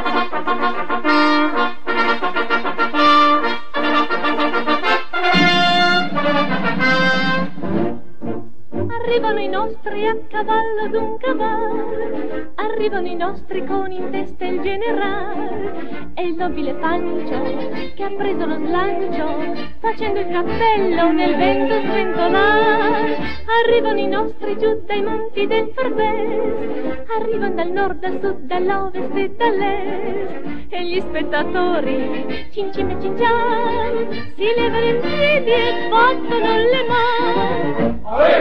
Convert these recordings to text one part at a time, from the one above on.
Arrivano i nostri a cavallo d'un cavallo, arrivano i nostri con in testa il generale e il nobile Pancio che ha preso lo slancio facendo il cappello nel vento sventolare. Arrivano i nostri giù dai monti del Farbes, arrivano dal nord, dal sud, dall'ovest e dall'est e gli spettatori cincin e cincian si levano in piedi e battono le mani.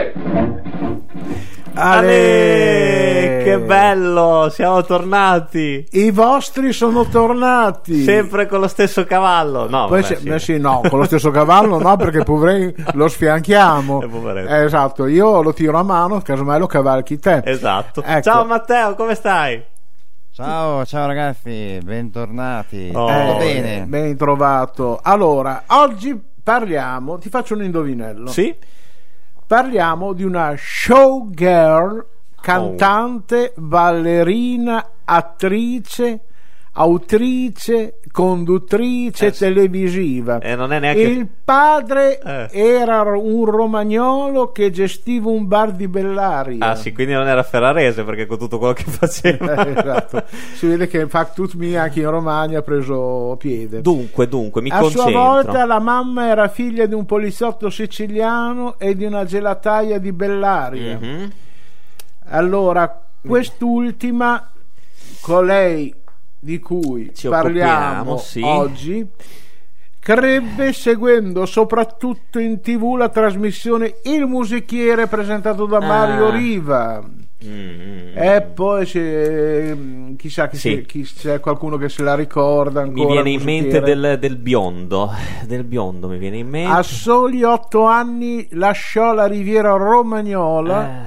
Ale, che bello, siamo tornati. I vostri sono tornati. Sempre con lo stesso cavallo. No, poi vabbè, sì, no, con lo stesso cavallo no, perché poverino lo sfianchiamo. Esatto, io lo tiro a mano, casomai lo cavalchi te. Esatto. Ecco. Ciao Matteo, come stai? Ciao ragazzi, bentornati. Tutto bene? Ben trovato. Allora, oggi parliamo, ti faccio un indovinello. Sì? Parliamo di una showgirl, cantante, ballerina, attrice, autrice, conduttrice televisiva. E non è neanche... Il padre era un romagnolo che gestiva un bar di Bellaria. Ah sì, quindi non era ferrarese, perché con tutto quello che faceva. Esatto. Si vede che Factut Mia anche in Romagna ha preso piede. Dunque, mi a concentro. A sua volta la mamma era figlia di un poliziotto siciliano e di una gelataia di Bellaria. Mm-hmm. Allora, quest'ultima, colei di cui parliamo oggi, crebbe seguendo soprattutto in TV la trasmissione Il Musichiere presentato da Mario Riva. E poi chissà chi c'è qualcuno che se la ricorda ancora. Mi viene in mente del biondo mi viene in mente. A soli 8 anni lasciò la Riviera Romagnola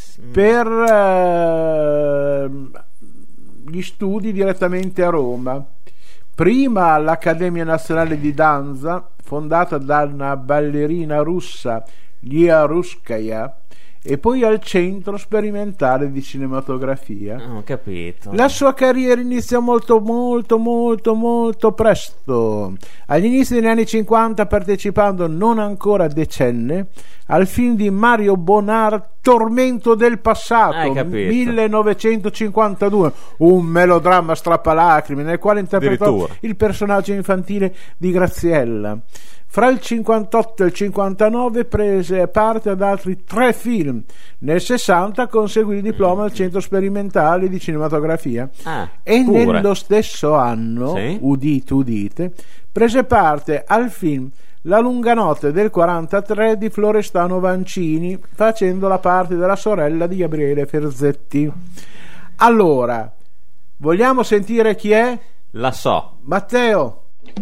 per gli studi direttamente a Roma, prima all'Accademia Nazionale di Danza fondata da una ballerina russa, Lia Ruskaya, e poi al Centro Sperimentale di Cinematografia. Ho capito. La sua carriera iniziò molto presto, agli inizi degli anni 50, partecipando non ancora decenne al film di Mario Bonar Tormento del passato, 1952, un melodramma strappalacrime nel quale interpretò il personaggio infantile di Graziella. Fra il 58 e il 59 prese parte ad altri 3 film. Nel 60 conseguì il diploma al Centro Sperimentale di Cinematografia e nello stesso anno, udite, prese parte al film La lunga notte del 43 di Florestano Vancini, facendo la parte della sorella di Gabriele Ferzetti. Allora, vogliamo sentire chi è? La so. Matteo.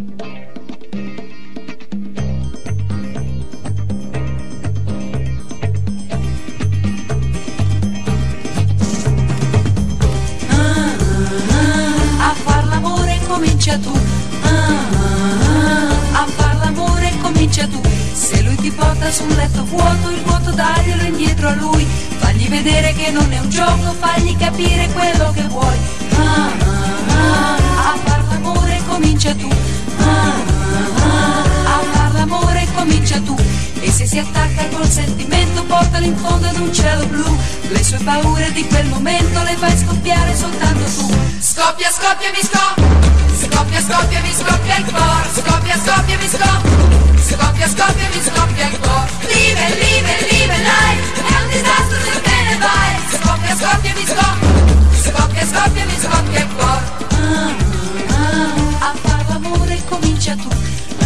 A far l'amore comincia tu. A far l'amore comincia tu. Se lui ti porta su un letto vuoto, il vuoto daglielo indietro a lui. Fagli vedere che non è un gioco, fagli capire quello che vuoi. A far l'amore comincia tu. A far l'amore comincia tu. E se si attacca col sentimento, portalo in fondo ad un cielo blu. Le sue paure di quel momento le fai scoppiare soltanto tu. Scoppia, scoppia, mi scoppia. Scoppia, scoppia, mi scoppia il cuore. Scoppia, scoppia, mi scoppia. Scoppia, scoppia, mi scoppia il cuore. Live, live, live life. È un disastro se te ne vai. Scoppia, scoppia, mi scoppia. Scoppia, scoppia, mi scoppia il cuore. A far l'amore comincia tu.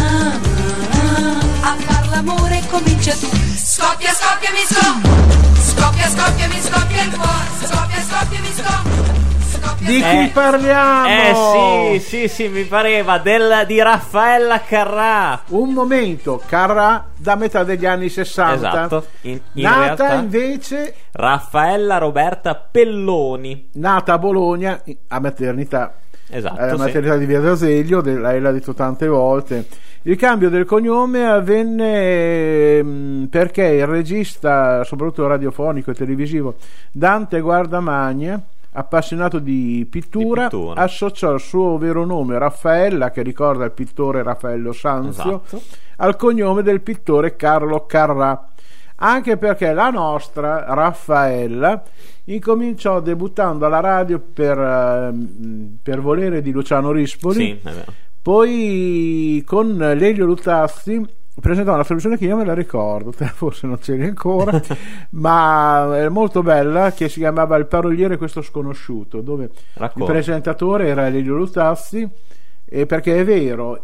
A far l'amore comincia tu. Scoppia, scoppia, mi scoppia. Scoppia, scoppia, mi scoppia il cuore. Scoppia, scoppia, mi scoppia. Di chi parliamo? Sì, mi pareva di Raffaella Carrà. Un momento, Carrà da metà degli anni 60. Esatto. In nata realtà, invece Raffaella Roberta Pelloni, nata a Bologna a maternità. Esatto, la maternità di Via d'Azeglio, lei l'ha detto tante volte. Il cambio del cognome avvenne perché il regista, soprattutto radiofonico e televisivo, Dante Guardamagna, appassionato di pittura, associò il suo vero nome Raffaella, che ricorda il pittore Raffaello Sanzio, al cognome del pittore Carlo Carrà, anche perché la nostra Raffaella incominciò debuttando alla radio per volere di Luciano Rispoli, poi con Lelio Luttazzi presentò una trasmissione che io me la ricordo, te forse non c'eri ancora, ma è molto bella, che si chiamava Il paroliere questo sconosciuto, dove il presentatore era Lelio Luttazzi, perché è vero,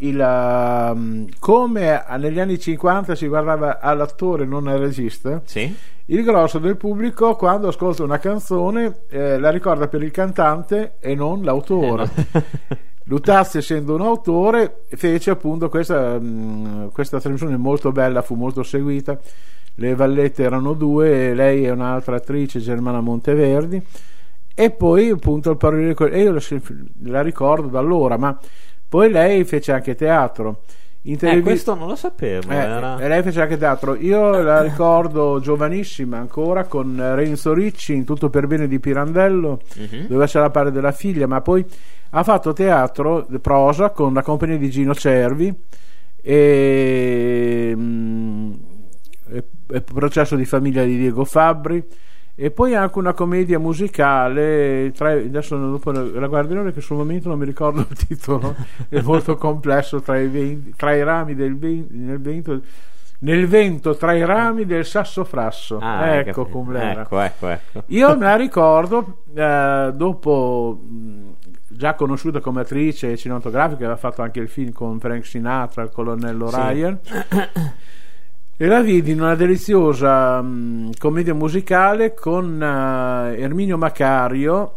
come negli anni 50 si guardava all'attore non al regista, il grosso del pubblico quando ascolta una canzone la ricorda per il cantante e non l'autore. Luttazzi, essendo un autore, fece appunto questa trasmissione molto bella, fu molto seguita. Le vallette erano due, lei e un'altra attrice, Germana Monteverdi, e poi appunto il paroliere, e io la ricordo da allora, ma poi lei fece anche teatro in questo non lo sapevo, e lei fece anche teatro. Io la ricordo giovanissima ancora con Renzo Ricci in Tutto per bene di Pirandello, dove c'era la parte della figlia, ma poi ha fatto teatro prosa con la compagnia di Gino Cervi e Processo di famiglia di Diego Fabbri, e poi anche una commedia musicale adesso dopo la guarderò perché sul momento non mi ricordo il titolo, è molto complesso, nel vento tra i rami del sassofrasso, ecco come era. Ecco. Io me la ricordo dopo, già conosciuta come attrice cinematografica, aveva fatto anche il film con Frank Sinatra, il colonnello Ryan, e la vidi in una deliziosa commedia musicale con Erminio Macario,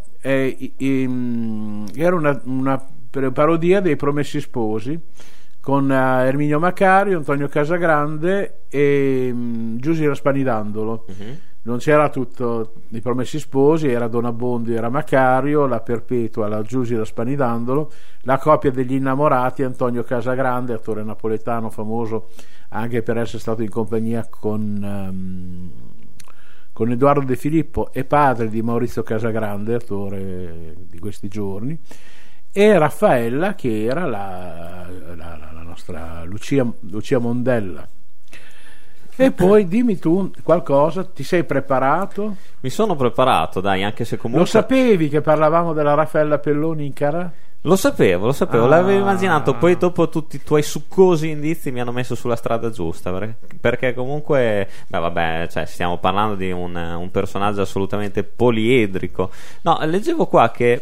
era una parodia dei Promessi Sposi, con Erminio Macario, Antonio Casagrande e Giusy Raspanidandolo. Non c'era tutto i Promessi Sposi, era Don Abbondio, era Macario, la Perpetua, la Giusy Raspanidandolo, la coppia degli innamorati, Antonio Casagrande, attore napoletano famoso anche per essere stato in compagnia con Edoardo De Filippo e padre di Maurizio Casagrande, attore di questi giorni, e Raffaella, che era la nostra Lucia Mondella. E poi dimmi tu qualcosa, ti sei preparato? Mi sono preparato, dai, anche se comunque... Lo sapevi che parlavamo della Raffaella Pelloni in Carrà? Lo sapevo, l'avevo immaginato, poi dopo tutti i tuoi succosi indizi mi hanno messo sulla strada giusta, perché comunque, stiamo parlando di un personaggio assolutamente poliedrico. No, leggevo qua che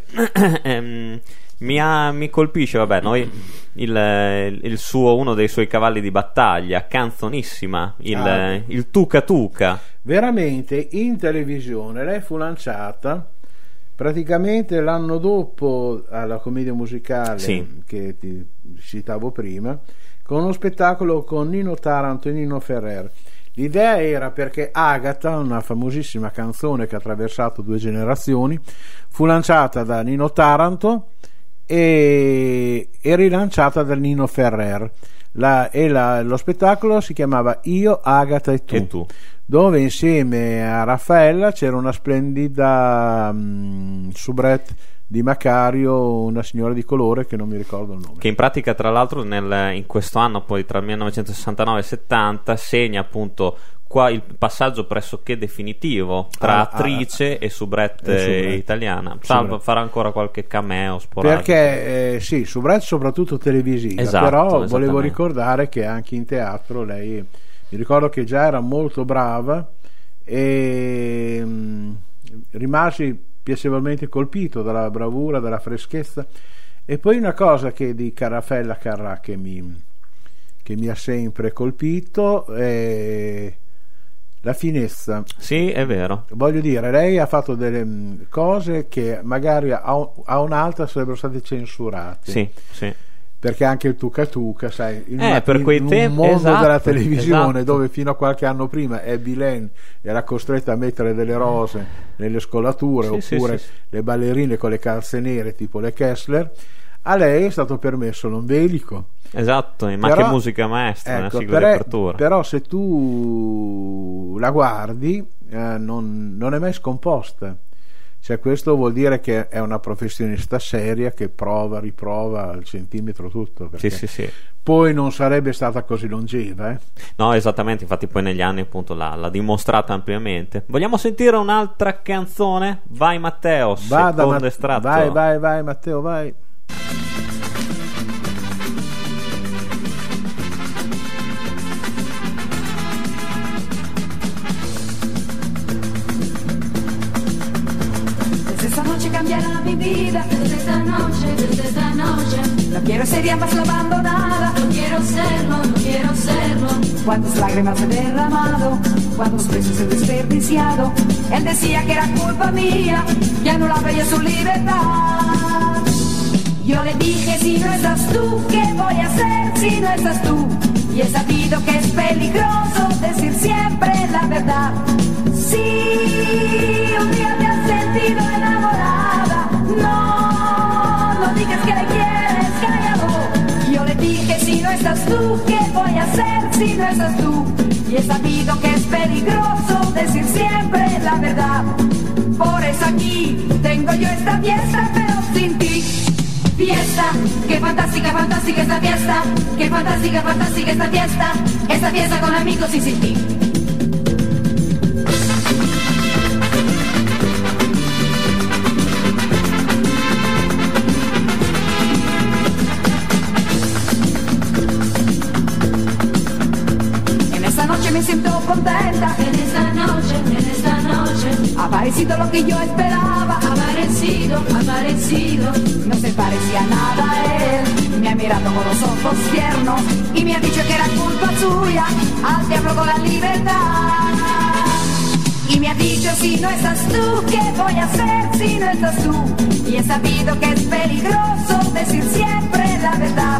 mi colpisce, noi uno dei suoi cavalli di battaglia, canzonissima, il Tuca Tuca. Veramente in televisione lei fu lanciata praticamente l'anno dopo alla commedia musicale che ti citavo prima, con uno spettacolo con Nino Taranto e Nino Ferrer. L'idea era perché Agata, una famosissima canzone che ha attraversato 2 generazioni, fu lanciata da Nino Taranto e rilanciata da Nino Ferrer. Lo spettacolo si chiamava Io, Agata e tu, dove insieme a Raffaella c'era una splendida soubrette di Macario, una signora di colore che non mi ricordo il nome, che in pratica tra l'altro in questo anno, poi tra il 1969 e 70, segna appunto qua il passaggio pressoché definitivo tra attrice e soubrette italiana, salvo farà ancora qualche cameo sporadico, perché soubrette soprattutto televisiva, però volevo ricordare che anche in teatro lei, mi ricordo che già era molto brava e rimasi piacevolmente colpito dalla bravura, dalla freschezza. E poi una cosa che di Raffaella Carrà che mi ha sempre colpito è la finezza. Sì, è vero. Voglio dire, lei ha fatto delle cose che magari a un'altra sarebbero state censurate. Sì. Perché anche il Tuca Tuca, sai, in un mondo esatto, della televisione dove fino a qualche anno prima Abby Lane era costretta a mettere delle rose nelle scolature, oppure le ballerine con le calze nere tipo le Kessler, a lei è stato permesso l'ombelico. Esatto, ma che musica maestra, una sigla di apertura. Però se tu la guardi non è mai scomposta. Cioè, questo vuol dire che è una professionista seria che prova, riprova al centimetro tutto, perché sì. poi non sarebbe stata così longeva. No, esattamente, infatti poi negli anni appunto l'ha dimostrata ampiamente. Vogliamo sentire un'altra canzone? Vai Matteo, secondo estratto. Vai Matteo, vai. Esta noche cambiará mi vida, desde esta noche. No quiero ser ya más la abandonada, no quiero serlo. Cuántas lágrimas he derramado, cuántos besos he desperdiciado. Él decía que era culpa mía, ya no la veía su libertad. Yo le dije, si no estás tú, ¿qué voy a hacer si no estás tú? Y he sabido que es peligroso decir siempre la verdad. Sí, un día te has sentido enamorada. No digas que le quieres, cállalo. Yo le dije, si no estás tú, ¿qué voy a hacer si no estás tú? Y he sabido que es peligroso decir siempre la verdad. Por eso aquí tengo yo esta fiesta, pero sin ti. Fiesta, qué fantástica, fantástica esta fiesta. Qué fantástica, fantástica esta fiesta. Esta fiesta con amigos y sin ti. Me siento contenta en esta noche. Ha aparecido lo que yo esperaba. Aparecido. No se parecía nada a él. Me ha mirado con los ojos tiernos y me ha dicho que era culpa suya. Al diablo con la libertad. Y me ha dicho, si no estás tú, ¿qué voy a hacer si no estás tú? Y he sabido que es peligroso decir siempre la verdad.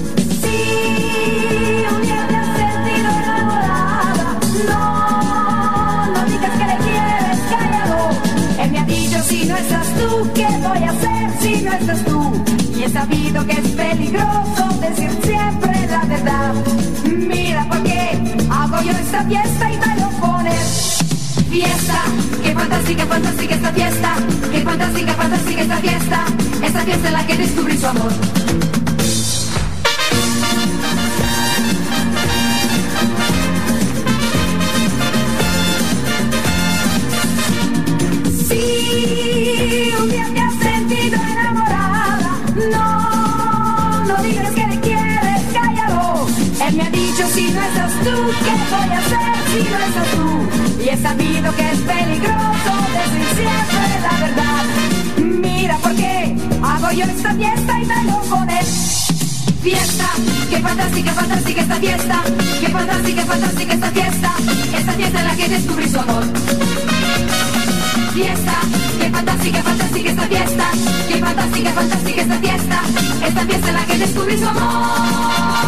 Sí, un día te has sentido enamorada. No digas que le quieres, cállalo. Él me ha dicho, si no estás tú, ¿qué voy a hacer si no estás tú? Y he sabido que es peligroso decir siempre la verdad. Mira por qué hago yo esta fiesta y me lo pones. Fiesta, qué fantástica, fantástica esta fiesta. Qué fantástica, fantástica esta fiesta. Esta fiesta en la que descubrí su amor. Sí, un día te has sentido enamorada. No digas que le quieres, cállalo. Él me ha dicho, si no estás tú, ¿qué voy a hacer si no estás tú? Y he sabido que es peligroso decir siempre la verdad. Mira por qué hago yo esta fiesta y me lo pones. Fiesta, qué fantástica, fantástica esta fiesta. Qué fantástica, fantástica esta fiesta. Esta fiesta en la que descubrí su amor. Fiesta, qué fantástica, fantástica esta fiesta. Qué fantástica, fantástica esta fiesta. Esta fiesta en la que descubrí su amor.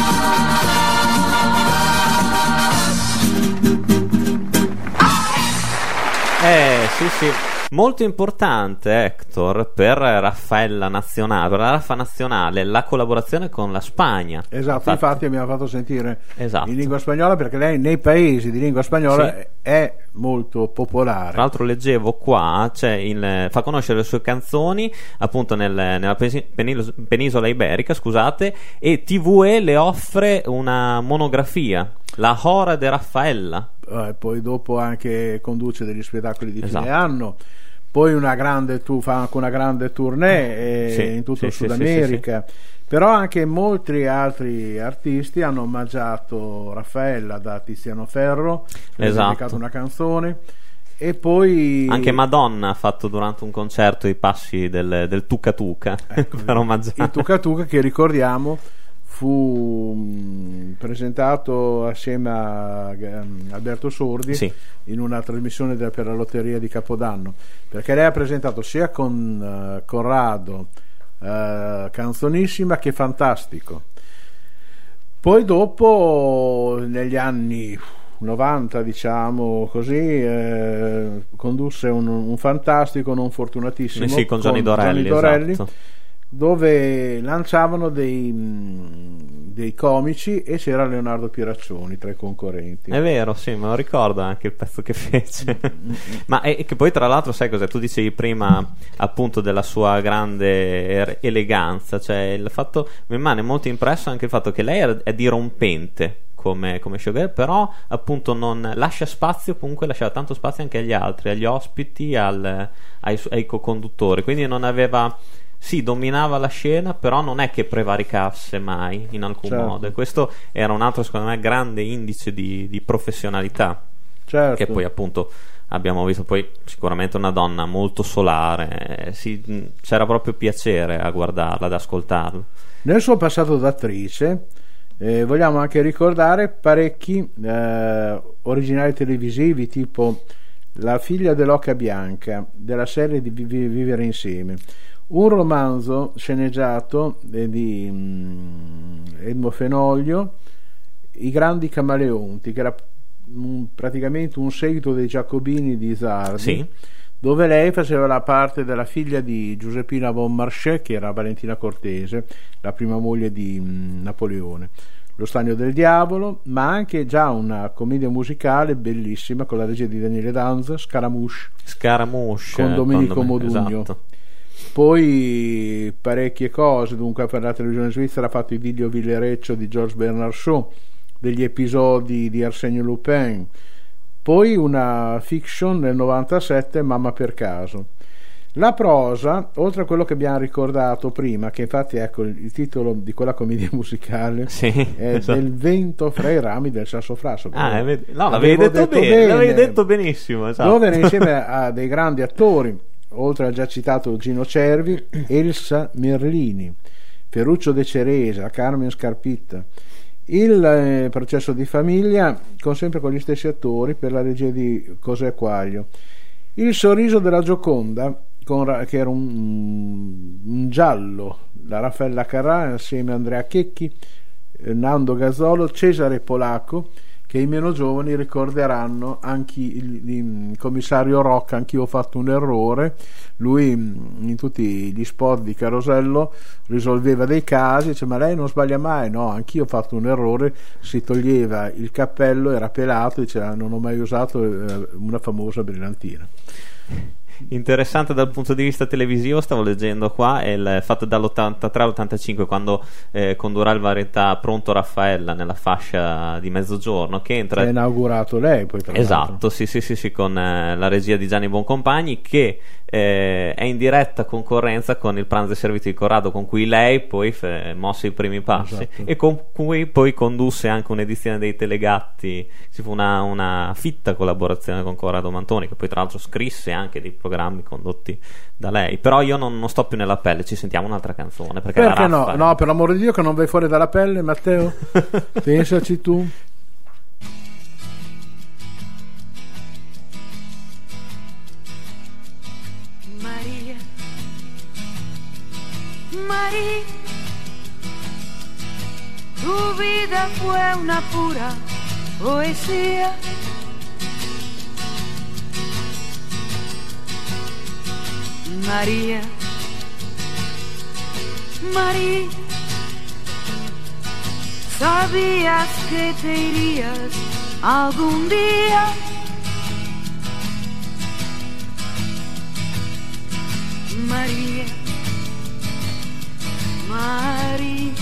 Sì. Molto importante, Hector, per Raffaella Nazionale, per la Raffa Nazionale, la collaborazione con la Spagna. Esatto, infatti abbiamo fatto sentire in lingua spagnola, perché lei nei paesi di lingua spagnola è molto popolare. Tra l'altro leggevo qua, fa conoscere le sue canzoni appunto nella penisola iberica, scusate, e TVE le offre una monografia, La Hora de Raffaella. Poi dopo anche conduce degli spettacoli di fine anno. Poi fa anche una grande tournée in tutto il Sud America. Però anche molti altri artisti hanno omaggiato Raffaella, da Tiziano Ferro, ha dedicato una canzone. E poi anche Madonna ha fatto durante un concerto i passi del Tuca Tuca, ecco, per omaggiare. Il Tuca Tuca, che ricordiamo fu presentato assieme a Alberto Sordi in una trasmissione per la lotteria di Capodanno, perché lei ha presentato sia con Corrado Canzonissima che Fantastico. Poi dopo, negli anni 90, diciamo così, condusse un Fantastico non fortunatissimo con Gianni Dorelli, esatto, dove lanciavano dei comici e c'era Leonardo Pieraccioni tra i concorrenti. È vero, sì, me lo ricordo anche il pezzo che fece. Ma che poi tra l'altro sai cos'è? Tu dicevi prima appunto della sua grande eleganza, cioè il fatto, mi rimane molto impresso anche il fatto che lei è dirompente come showgirl, però appunto non lascia spazio, comunque lasciava tanto spazio anche agli altri, agli ospiti, ai co-conduttori, quindi non aveva... Sì, dominava la scena, però non è che prevaricasse mai in alcun modo, e questo era un altro, secondo me, grande indice di professionalità, che poi appunto abbiamo visto. Poi sicuramente una donna molto solare, c'era proprio piacere a guardarla, ad ascoltarla. Nel suo passato d'attrice vogliamo anche ricordare parecchi originali televisivi, tipo La figlia dell'Oca Bianca, della serie di Vivere Insieme, un romanzo sceneggiato di Edmo Fenoglio, I Grandi Camaleonti, che era praticamente un seguito dei Giacobini di Zardi, sì, dove lei faceva la parte della figlia di Giuseppina Beaumarchais, che era Valentina Cortese, la prima moglie di Napoleone. Lo Stagno del Diavolo, ma anche già una commedia musicale bellissima con la regia di Daniele Danza, Scaramouche con Domenico Modugno. Esatto. Poi parecchie cose, dunque per la televisione svizzera ha fatto Idilio Villereccio di Georges Bernard Shaw, degli episodi di Arsenio Lupin, poi una fiction nel 97, Mamma per caso. La prosa, oltre a quello che abbiamo ricordato prima, che infatti ecco il titolo di quella commedia musicale, sì, è esatto. Del vento fra i rami del Sassafraso. No, l'avevi detto bene, l'avevi detto benissimo, esatto. Dove era insieme a dei grandi attori, oltre al già citato Gino Cervi, Elsa Merlini, Ferruccio De Ceresa, Carmen Scarpitta. Il Processo di famiglia, sempre con gli stessi attori, per la regia di José Quaglio. Il sorriso della Gioconda, che era un giallo, la Raffaella Carrà insieme a Andrea Checchi, Nando Gazzolo, Cesare Polacco, che i meno giovani ricorderanno anche il commissario Rocca, Anch'io ho fatto un errore. Lui in tutti gli spot di Carosello risolveva dei casi, dice ma lei non sbaglia mai, no, anch'io ho fatto un errore, si toglieva il cappello, era pelato, diceva non ho mai usato una famosa brillantina. Interessante dal punto di vista televisivo, stavo leggendo qua, è il fatto dall'83 all'85, quando condurrà il varietà Pronto Raffaella nella fascia di mezzogiorno, che entra, è inaugurato lei poi tra esatto, sì, con la regia di Gianni Boncompagni, che è in diretta concorrenza con Il pranzo e servizio di Corrado, con cui lei poi mosse i primi passi, esatto, e con cui poi condusse anche un'edizione dei Telegatti. Ci fu una fitta collaborazione con Corrado Mantoni, che poi tra l'altro scrisse anche dei programmi condotti da lei. Però io non sto più nella pelle, ci sentiamo un'altra canzone, perché no, per l'amore di Dio, che non vai fuori dalla pelle, Matteo. Pensaci tu. María, tu vida fue una pura poesía. María, María, sabías que te irías algún día. María, María,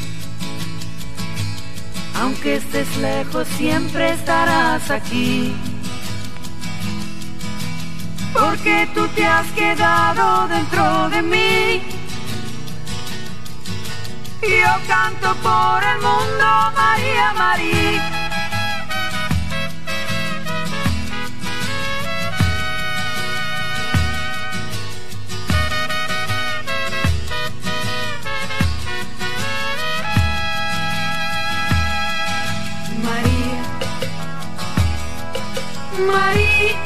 aunque estés lejos siempre estarás aquí, porque tú te has quedado dentro de mí. Yo canto por el mundo, María, María. María,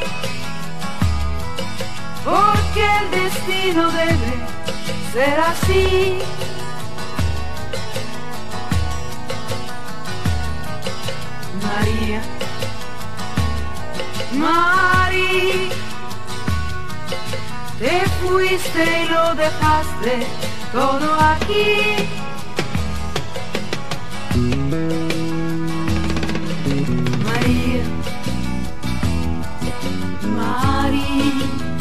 porque el destino debe ser así. María, María, te fuiste y lo dejaste todo aquí. María, Mari,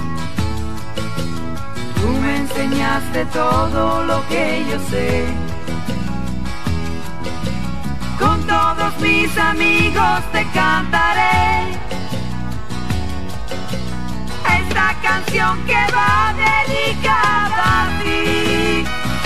tú me enseñaste todo lo que yo sé. Con todos mis amigos te cantaré esta canción que va dedicada a ti.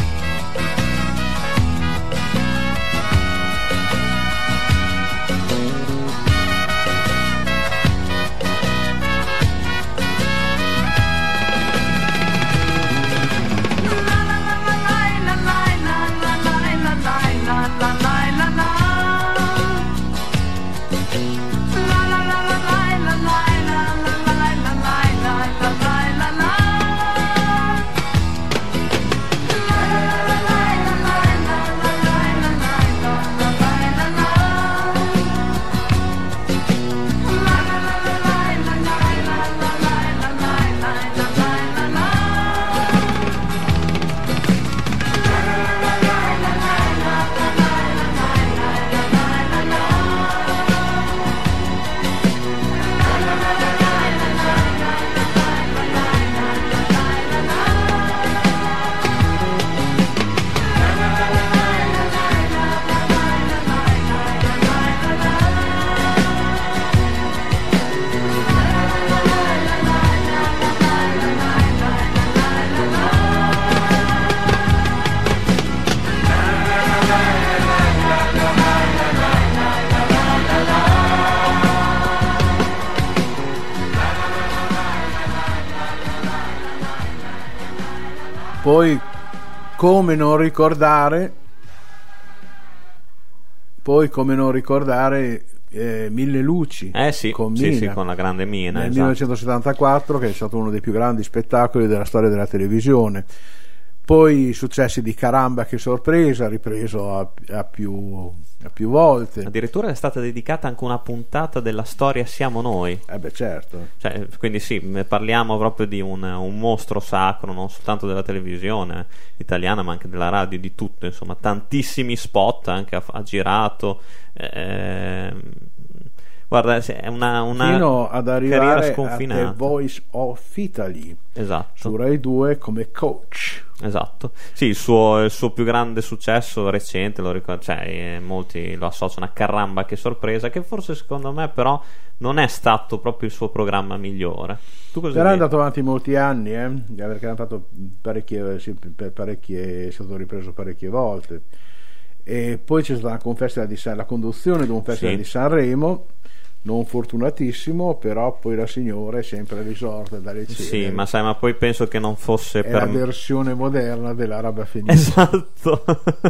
Poi come non ricordare Mille Luci con la grande Mina nel 1974, che è stato uno dei più grandi spettacoli della storia della televisione. Poi i successi di Caramba che sorpresa, ripreso a più volte. Addirittura è stata dedicata anche una puntata della storia Siamo Noi. Certo. Cioè, quindi sì, parliamo proprio di un mostro sacro, non soltanto della televisione italiana, ma anche della radio, di tutto, insomma, tantissimi spot anche ha girato. Guarda, è una fino ad arrivare sconfinata. a The Voice of Italy, esatto, su Rai 2 come coach. Esatto, sì, il suo più grande successo recente, lo ricordo, cioè, molti lo associano a Caramba che sorpresa, che forse secondo me però non è stato proprio il suo programma migliore. Tu cosa Era andato avanti molti anni, perché hanno fatto parecchie, è stato ripreso parecchie volte. E poi c'è stata la conduzione di un festival di Sanremo, non fortunatissimo, però poi la signora è sempre risorta dalle ceneri. Sì, ma sai, ma poi penso che non fosse è la versione moderna dell'Araba Fenice. Esatto.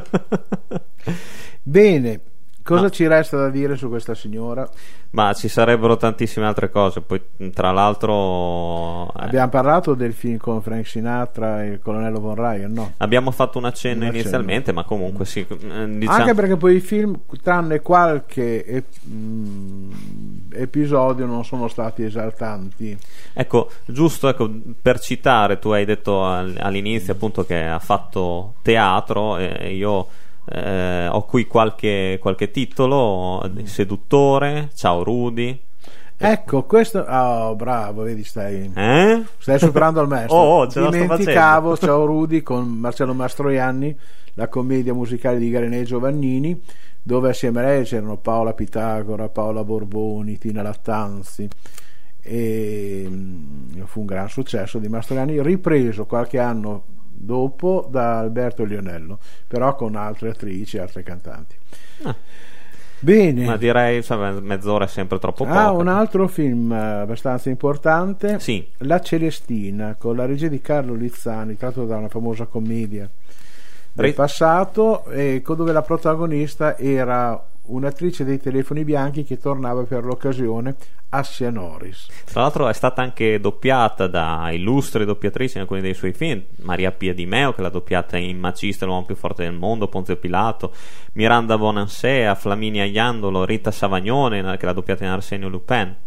Bene, cosa ci resta da dire su questa signora? Ma ci sarebbero tantissime altre cose. Poi tra l'altro abbiamo parlato del film con Frank Sinatra e il colonnello Von Ryan, no? Abbiamo fatto un accenno inizialmente, ma comunque sì, diciamo... Anche perché poi i film, tranne qualche episodio, non sono stati esaltanti. Ecco, giusto, per citare, tu hai detto all'inizio appunto che ha fatto teatro, e io ho qui qualche titolo: Seduttore, Ciao Rudy. Ecco, questo, bravo, vedi, stai superando il maestro. Dimenticavo Ciao Rudy con Marcello Mastroianni, la commedia musicale di Garinè Giovannini, dove assieme a lei c'erano Paola Pitagora, Paola Borboni, Tina Lattanzi, e fu un gran successo di Mastroianni, ripreso qualche anno dopo da Alberto Lionello, però con altre attrici e altre cantanti. Bene, ma direi mezz'ora è sempre troppo poco. Un altro film abbastanza importante, sì, La Celestina, con la regia di Carlo Lizzani, tratto da una famosa commedia del passato, e dove la protagonista era un'attrice dei Telefoni Bianchi che tornava per l'occasione, Assia Norris. Tra l'altro è stata anche doppiata da illustri doppiatrici in alcuni dei suoi film: Maria Pia Di Meo, che l'ha doppiata in Macista, l'uomo più forte del mondo, Ponzio Pilato, Miranda Bonansea, Flaminia Iandolo, Rita Savagnone, che l'ha doppiata in Arsenio Lupin.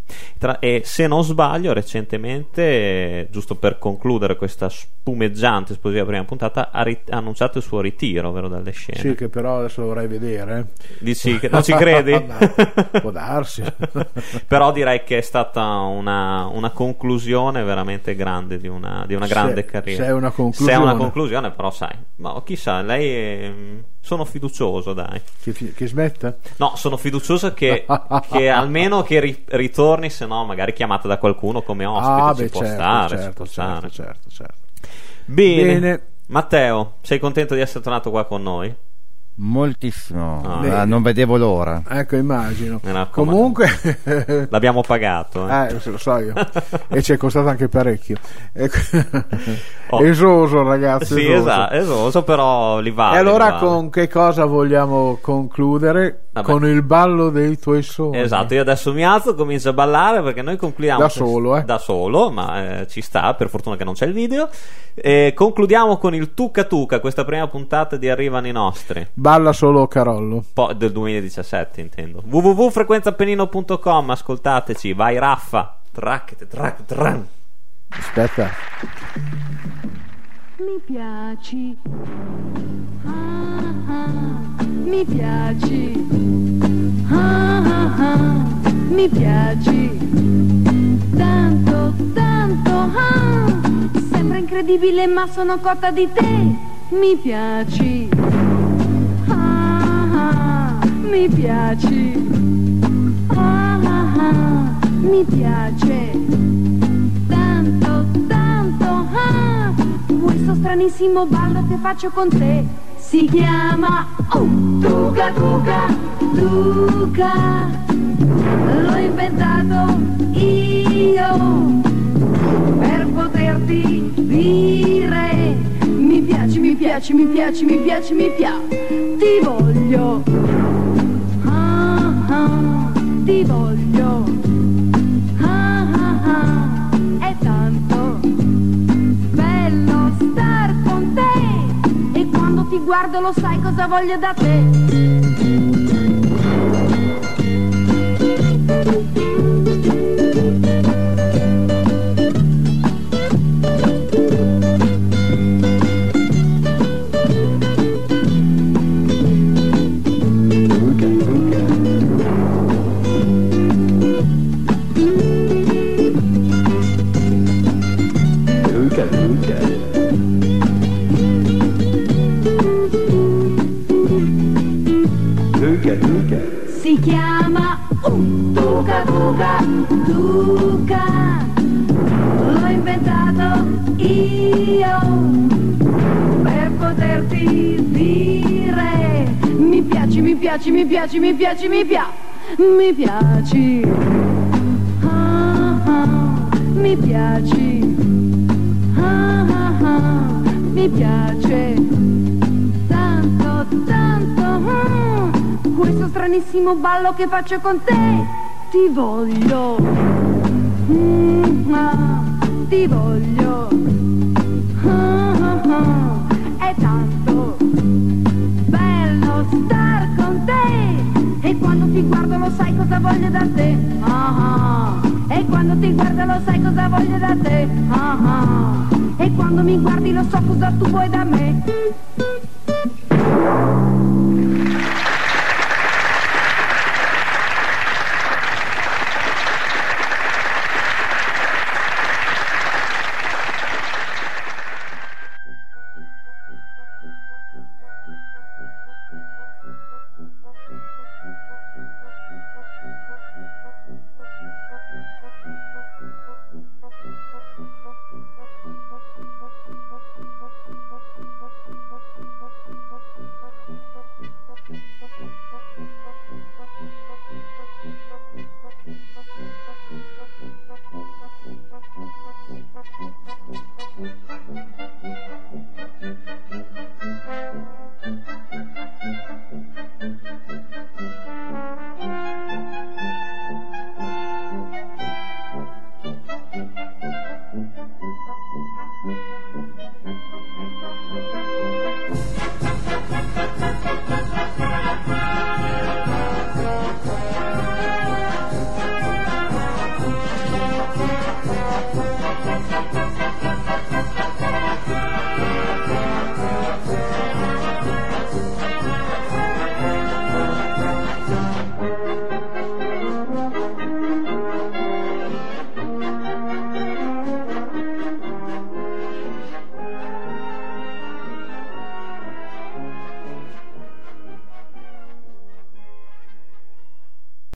E se non sbaglio, recentemente, giusto per concludere questa spumeggiante esplosiva prima puntata, ha annunciato il suo ritiro, vero, dalle scene. Sì, che però adesso lo vorrei vedere. Dici che non ci credi? No, può darsi. Però direi che è stata una conclusione veramente grande di una grande carriera. Se è una conclusione. Se è una conclusione, però sai, ma chissà, lei sono fiducioso, dai. Che smetta? No, sono fiducioso che almeno che ritorni, se no magari chiamata da qualcuno come ospite. Può stare. Certo. Bene. Matteo, sei contento di essere tornato qua con noi? Moltissimo, non vedevo l'ora. Ecco, immagino. Comunque l'abbiamo pagato. Lo so io. E ci è costato anche parecchio. Esoso, ragazzi. Sì, esoso, però li vale. E allora con che cosa vogliamo concludere? Vabbè. Con il ballo dei tuoi sogni. Esatto, io adesso mi alzo, comincio a ballare perché noi concludiamo da solo, ma ci sta, per fortuna che non c'è il video. Concludiamo con il Tuca Tuca, questa prima puntata di Arrivano i Nostri. Balla solo Carollo. Del 2017 intendo. www.frequenzapenino.com, ascoltateci, vai Raffa. Aspetta. Mi piaci. Mi piaci. Mi piaci. Tanto. Sembra incredibile, ma sono cotta di te. Mi piaci. Mi piaci. Mi piace. Tanto. Questo stranissimo ballo che faccio con te si chiama Tuca Tuca Tuca. L'ho inventato io per poterti dire mi piaci, mi piaci, mi piaci, mi piaci, mi piaci. Ti voglio. Ti voglio. È tanto bello star con te e quando ti guardo lo sai cosa voglio da te. Si chiama Tuca Tuca Tuca. L'ho inventato io per poterti dire mi piaci, mi piaci, mi piaci, mi piaci, mi piaci. Mi piaci. Mi piaci. Mi piace. Tanto. Questo stranissimo ballo che faccio con te. Ti voglio. Ti voglio. È tanto bello star con te e quando ti guardo lo sai cosa voglio da te. E quando ti guardo lo sai cosa voglio da te. E quando mi guardi lo so cosa tu vuoi da me.